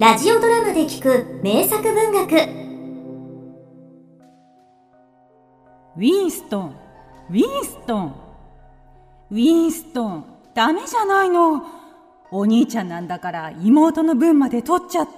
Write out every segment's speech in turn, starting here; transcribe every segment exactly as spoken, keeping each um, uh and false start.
ラジオドラマで聞く名作文学。 ウィンストン、ウィンストン、ウィンストン、ダメじゃないの。お兄ちゃんなんだから妹の分まで取っちゃって。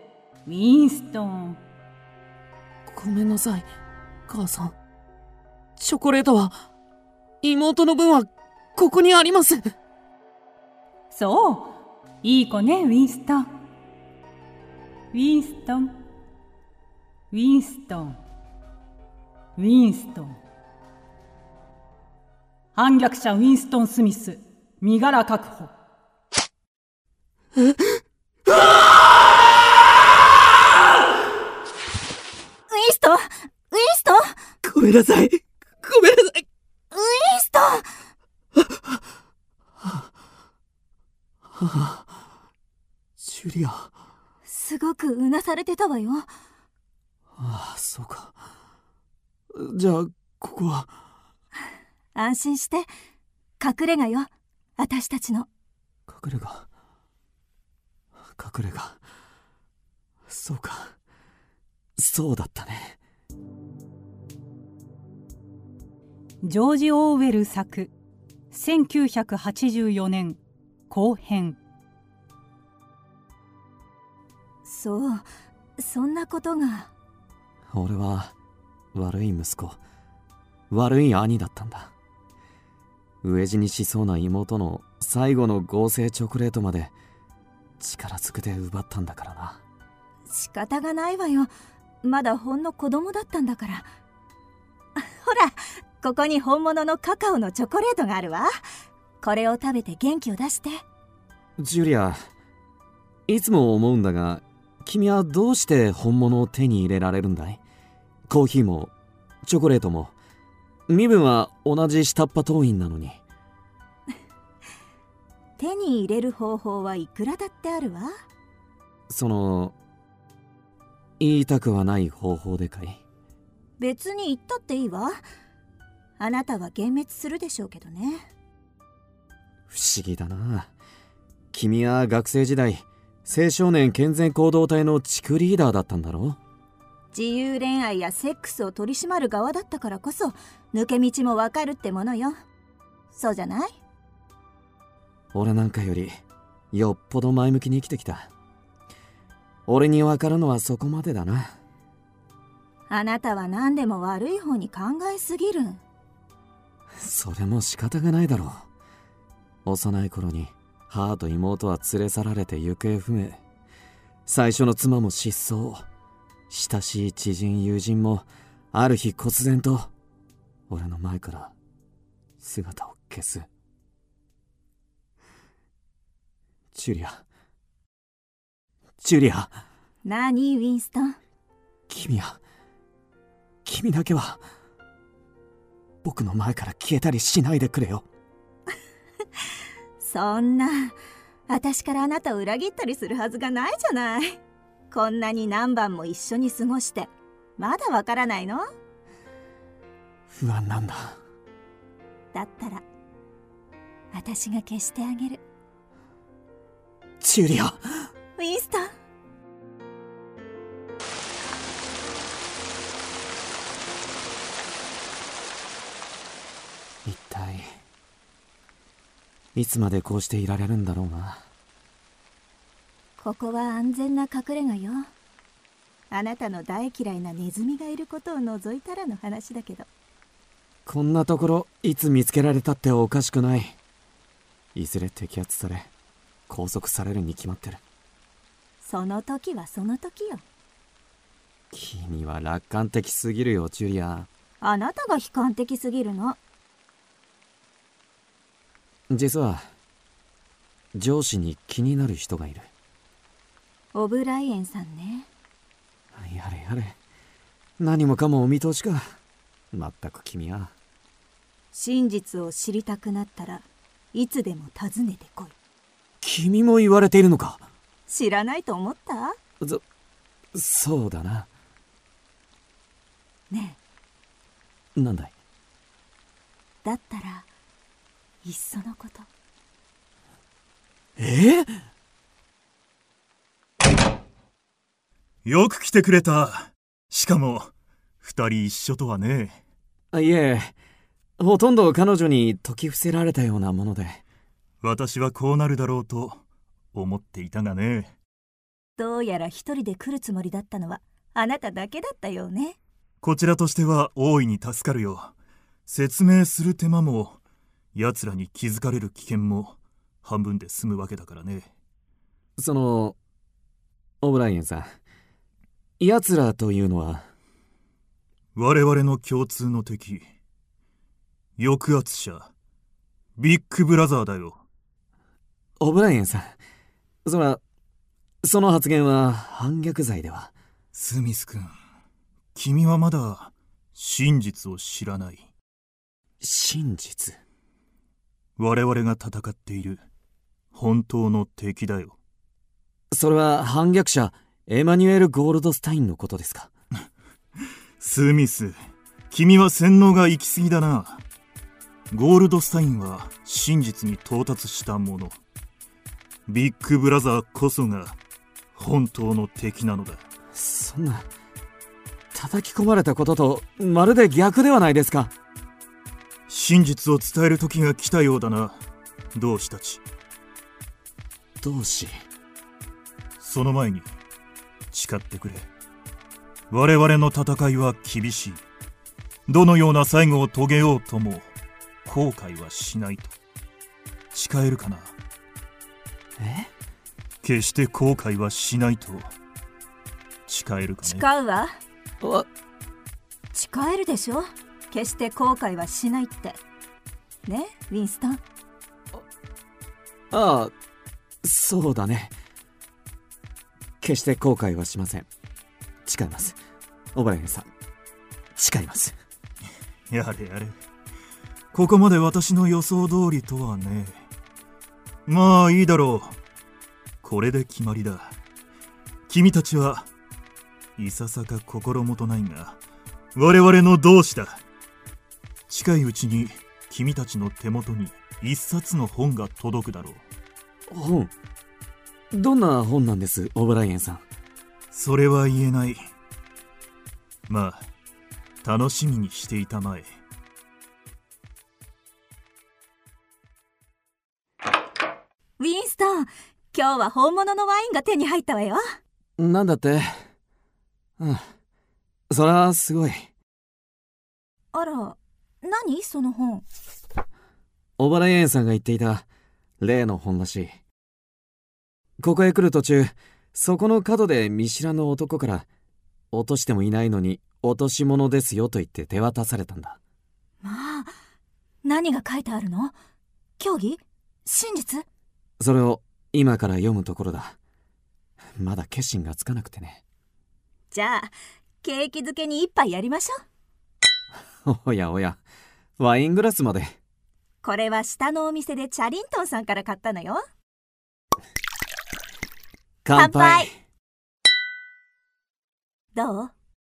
ウィンストン。 ごめんなさい、母さん。チョコレートは、妹の分はここにあります。 そう、いい子ね、ウィンストン。ウィンストン、ウィンストン、ウィンストン。反逆者ウィンストン・スミス、身柄確保。 えウィンストン、ウィンストン。 ごめんなさい、ごめんなさい。 ウィンストン。 はあ、ジュリア。 すごくうなされてたわよ。 ああ、そうか。じゃあここは。 安心して、隠れ家よ、私たちの。 隠れ家、隠れ家。そうか、そうだったね。 ジョージ・オーウェル作せんきゅうひゃくはちじゅうよねん後編。 そう、そんなことが。 俺は悪い息子、悪い兄だったんだ。飢え死にしそうな妹の最後の合成チョコレートまで力ずくで奪ったんだからな。 仕方がないわよ、まだほんの子供だったんだから。ほら、ここに本物のカカオのチョコレートがあるわ。これを食べて元気を出して。 ジュリア、いつも思うんだが、君はどうして本物を手に入れられるんだい？コーヒーもチョコレートも。身分は同じ下っ端党員なのに。 手に入れる方法はいくらだってあるわ。 その、言いたくはない方法でかい？ 別に言ったっていいわ。あなたは幻滅するでしょうけどね。 不思議だな。君は学生時代、青少年健全行動隊の地区リーダーだったんだろ？ 自由恋愛やセックスを取り締まる側だったからこそ、抜け道もわかるってものよ。そうじゃない？ 俺なんかよりよっぽど前向きに生きてきた。俺にわかるのはそこまでだな。 あなたは何でも悪い方に考えすぎる。 それも仕方がないだろう。幼い頃に母と妹は連れ去られて行方不明。最初の妻も失踪。親しい知人友人もある日忽然と俺の前から姿を消す。ジュリア、ジュリア。 何、ウィンストン。 君は、君だけは僕の前から消えたりしないでくれよ。 そんな、私からあなたを裏切ったりするはずがないじゃない。こんなに何晩も一緒に過ごしてまだわからないの？ 不安なんだ。 だったら私が消してあげる。 ジュリア。 ウィンストン。 一体いつまでこうしていられるんだろうな。 ここは安全な隠れ家よ。あなたの大嫌いなネズミがいることを除いたらの話だけど。 こんなところいつ見つけられたっておかしくない。いずれ摘発され拘束されるに決まってる。 その時はその時よ。 君は楽観的すぎるよ、ジュリア。 あなたが悲観的すぎるの。 実は上司に気になる人がいる。 オブライエンさんね。 やれやれ、何もかもお見通しか。まったく君は。 真実を知りたくなったらいつでも訪ねてこい。 君も言われているのか？ 知らないと思った？ そ、そうだな。 ねえ。なんだい？ だったらいっそのこと。 えーよく来てくれた。しかも二人一緒とはね。 あ、いえ、ほとんど彼女に説き伏せられたようなもので。 私はこうなるだろうと思っていたがね。 どうやら一人で来るつもりだったのはあなただけだったようね。 こちらとしては大いに助かるよ。説明する手間も奴らに気づかれる危険も半分で済むわけだからね。 そのオブライエンさん、奴らというのは？ 我々の共通の敵、抑圧者ビッグブラザーだよ。 オブライエンさん、そらその発言は反逆罪では？ スミス君、君はまだ真実を知らない。 真実？ 我々が戦っている本当の敵だよ。 それは反逆者エマニュエル・ゴールドスタインのことですか？ スミス、君は洗脳が行き過ぎだな。ゴールドスタインは真実に到達したもの。ビッグブラザーこそが本当の敵なのだ。 そんな、叩き込まれたこととまるで逆ではないですか。 真実を伝える時が来たようだな、同志たち。 同志？ その前に誓ってくれ。我々の戦いは厳しい。どのような最後を遂げようとも後悔はしないと誓えるかな？ え？ 決して後悔はしないと誓えるかね？ 誓うわ。誓えるでしょ。決して後悔はしないってね、ウィンストン。 ああ、そうだね。決して後悔はしません。誓います。オブライエンさん、誓います。 やれやれ。ここまで私の予想通りとはね。まあいいだろう。これで決まりだ。君たちはいささか心もとないが我々の同志だ。近いうちに君たちの手元に一冊の本が届くだろう。 本？どんな本なんです、オブライエンさん？ それは言えない。まあ楽しみにしていたまえ。 ウィンストン、今日は本物のワインが手に入ったわよ。 なんだって？うん、そりゃすごい。 あら、何その本？ オブライエンさんが言っていた例の本らしい。ここへ来る途中、そこの角で見知らぬ男から落としてもいないのに落とし物ですよと言って手渡されたんだ。 まあ、何が書いてあるの？教義？真実？ それを今から読むところだ。まだ決心がつかなくてね。 じゃあ景気づけに一杯やりましょう。おやおや、ワイングラスまで。 これは下のお店でチャリントンさんから買ったのよ。 乾杯。乾杯。 ど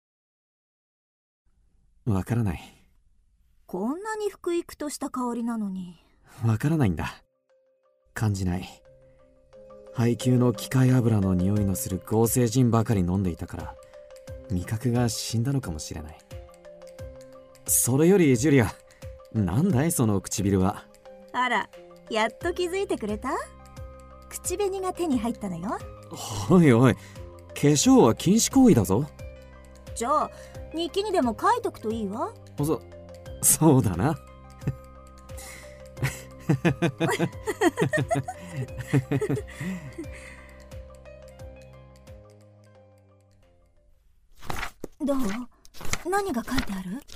う？わからない。 こんなに福育とした香りなのに。 わからないんだ。感じない。配給の機械油の匂いのする合成ジンばかり飲んでいたから味覚が死んだのかもしれない。それよりジュリア、なんだいその唇は。 あら、やっと気づいてくれた？口紅が手に入ったのよ。 おいおい、化粧は禁止行為だぞ。 じゃあ日記にでも書いとくといいわ。 そ、そうだな。 どう？何が書いてある？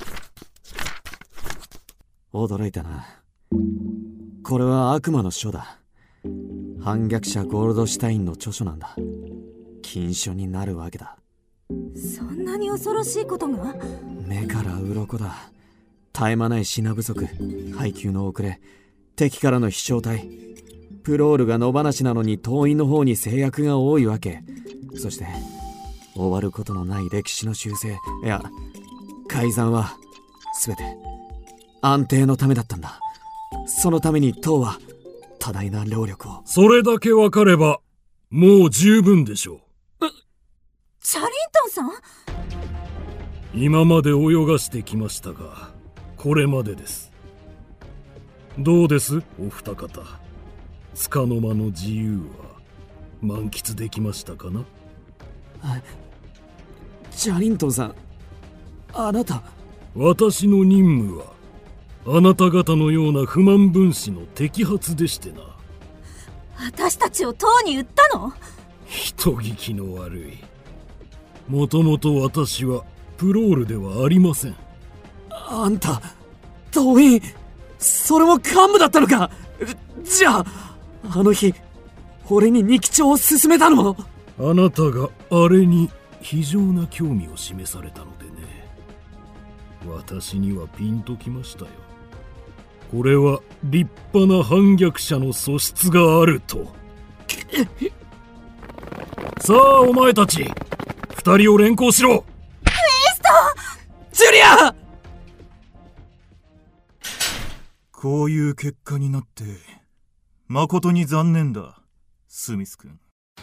驚いたな。これは悪魔の書だ。反逆者ゴールドシュタインの著書なんだ。禁書になるわけだ。 そんなに恐ろしいことが？ 目から鱗だ。絶え間ない品不足、配給の遅れ、敵からの飛翔体、プロールが野放しなのに党員の方に制約が多いわけ。そして終わることのない歴史の修正、いや改ざんは全て安定のためだったんだ。そのために党は多大な労力を。 それだけ分かればもう十分でしょう。 チャリントンさん。 今まで泳がしてきましたが、これまでです。どうですお二方、束の間の自由は満喫できましたかな。 ジャリントンさん、あなた。 私の任務はあなた方のような不満分子の摘発でしてな。 私たちを党に売ったの？ 人聞きの悪い。もともと私はプロールではありません。 あんた党員、それも幹部だったのか。じゃああの日俺に日記帳を勧めたのも。 あなたがあれに非常な興味を示されたのでね。私にはピンときましたよ。これは立派な反逆者の素質があると。さあお前たち、二人を連行しろ。ウエスト！ ジュリア！ こういう結果になって誠に残念だ、スミス君。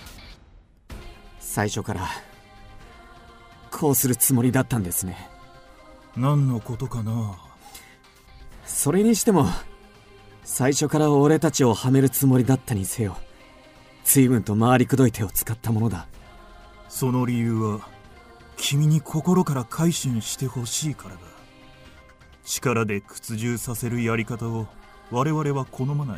最初からこうするつもりだったんですね。 何のことかな。 それにしても最初から俺たちをはめるつもりだったにせよ、随分と回りくどい手を使ったものだ。 その理由は君に心から改心してほしいからだ。力で屈辱させるやり方を我々は好まない。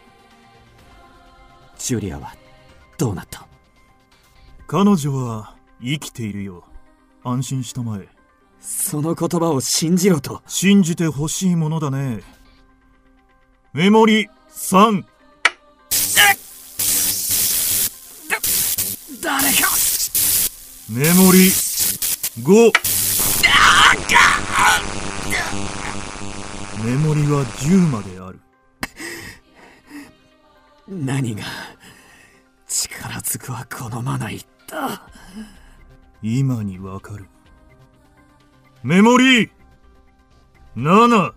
ジュリアはどうなった？ 彼女は生きているよ。安心したまえ。 その言葉を信じろと。 信じてほしいものだね。メモリさん。 誰か。 メモリご。メモリはじゅうまである。 何が力ずくは好まないだ。 今にわかる。メモリなな。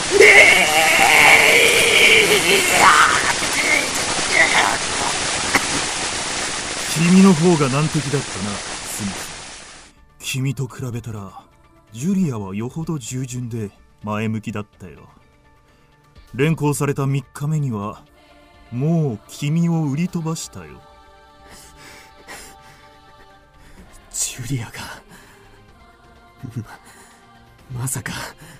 君の方が難敵だったな、スミス。君と比べたらジュリアはよほど従順で前向きだったよ。連行されたみっかめにはもう君を売り飛ばしたよ。 ジュリアがま、まさか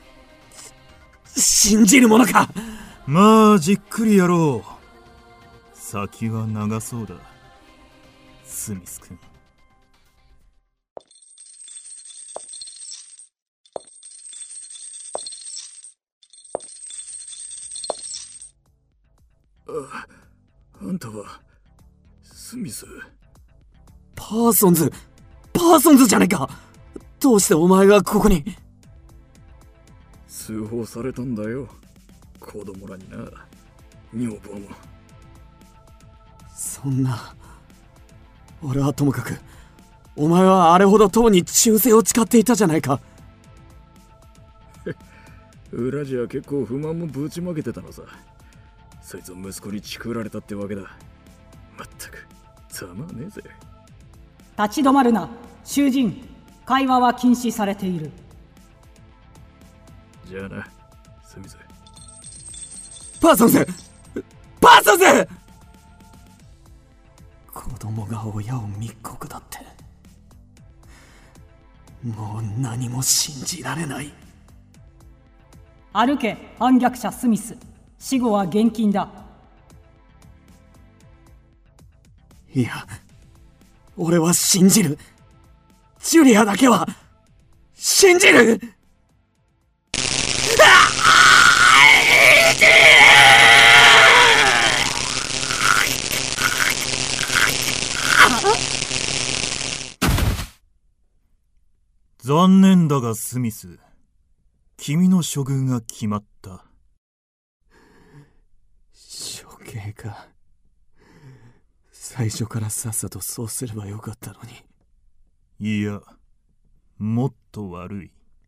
信じるものか。 まあじっくりやろう。先は長そうだ、スミス君。 あ、あんたはスミス。 パーソンズ、パーソンズじゃねえか。どうしてお前がここに。 通報されたんだよ、子供らにな、女房も。 そんな。俺はともかくお前はあれほど党に忠誠を誓っていたじゃないか。 裏じゃ結構不満もぶちまけてたのさ。そいつを息子にチクられたってわけだ。まったくたまねえぜ。 立ち止まるな、囚人。会話は禁止されている。 じゃあな、スミス。 パーソンズ、パーソンズ。子供が親を密告だって。もう何も信じられない。 歩け、反逆者スミス。死後は厳禁だ。 いや、俺は信じる。ジュリアだけは信じる。 残念だがスミス、君の処遇が決まった。 処刑か。最初からさっさとそうすればよかったのに。 いや、もっと悪い。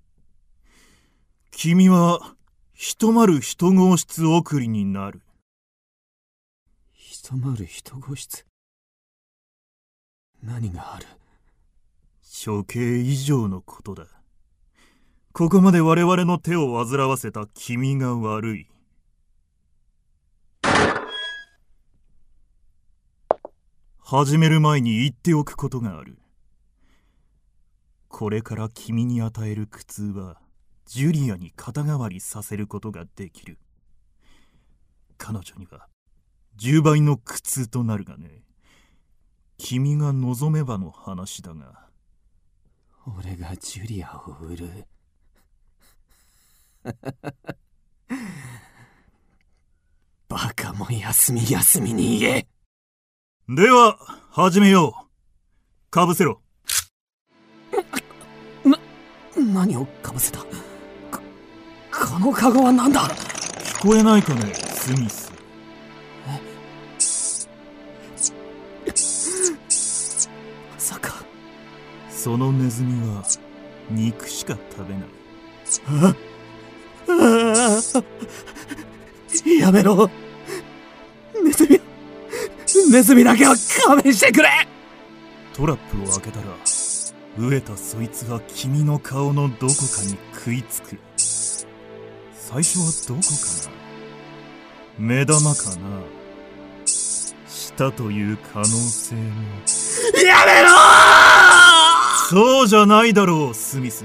君はひとまるいち号室送りになる。 ひとまるいち号室。何がある？ 処刑以上のことだ。ここまで我々の手を煩わせた君が悪い。始める前に言っておくことがある。これから君に与える苦痛はジュリアに肩代わりさせることができる。彼女にはじゅうばいの苦痛となるがね。君が望めばの話だが。 俺がジュリアを売る。バカも休み休みに言え。 では始めよう。かぶせろ。 な、何をかぶせた。こ、このカゴは何だ。 聞こえないかね、スミス。 まさかそのネズミは肉しか食べない。 やめろ。ネズミネズミだけは勘弁してくれ。 トラップを開けたら飢えたそいつは君の顔のどこかに食いつく。最初はどこかな。目玉かな。舌という可能性も。 やめろー。 そうじゃないだろう、スミス。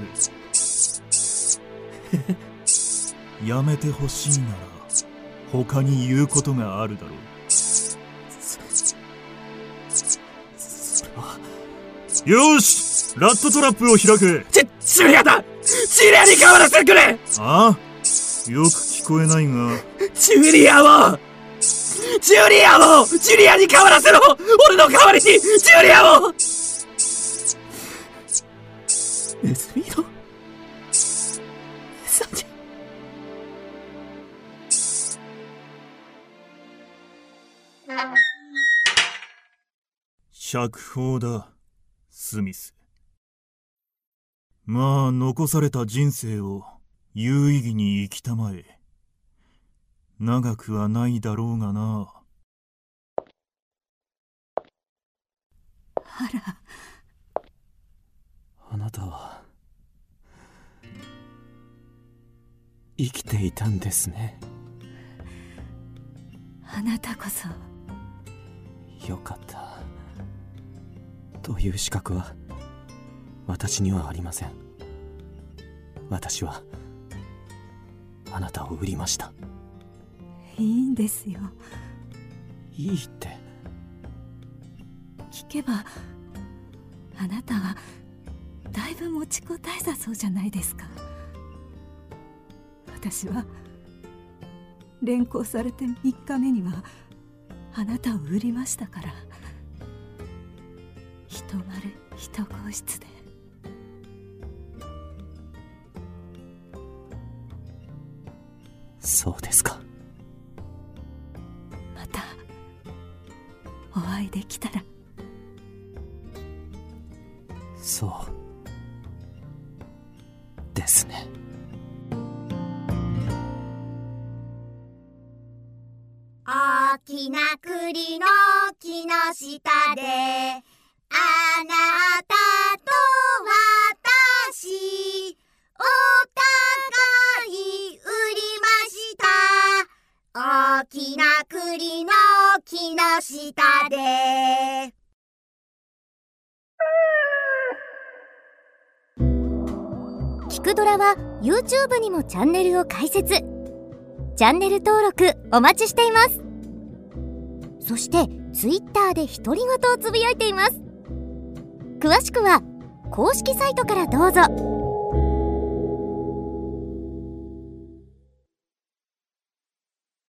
やめてほしいなら他に言うことがあるだろう。 それは。 よし、ラットトラップを開く。 ち、ジュリアだ。ジュリアに代わらせてくれ。 ああ、よく聞こえないが。 ジュリアをジュリアをジュリアに代わらせろ。俺の代わりにジュリアを。ネズミの餌に。 釈放だ、スミス。まあ残された人生を有意義に生きたまえ。長くはないだろうがな。 あら。 あなたは生きていたんですね。 あなたこそ。 よかった。という資格は私にはありません。私はあなたを売りました。 いいんですよ。 いいって。 聞けばあなたはだいぶ持ちこたえたそうじゃないですか。私は連行されてみっかめにはあなたを売りましたから。一丸一号室で。 そうですか。 またお会いできたら。 そうですね。 大きな栗の木の下であなたと私お互い売りました。大きな栗の木の下で。キクドラは YouTube にもチャンネルを開設。チャンネル登録お待ちしています。そして Twitter で独り言をつぶやいています。詳しくは公式サイトからどうぞ。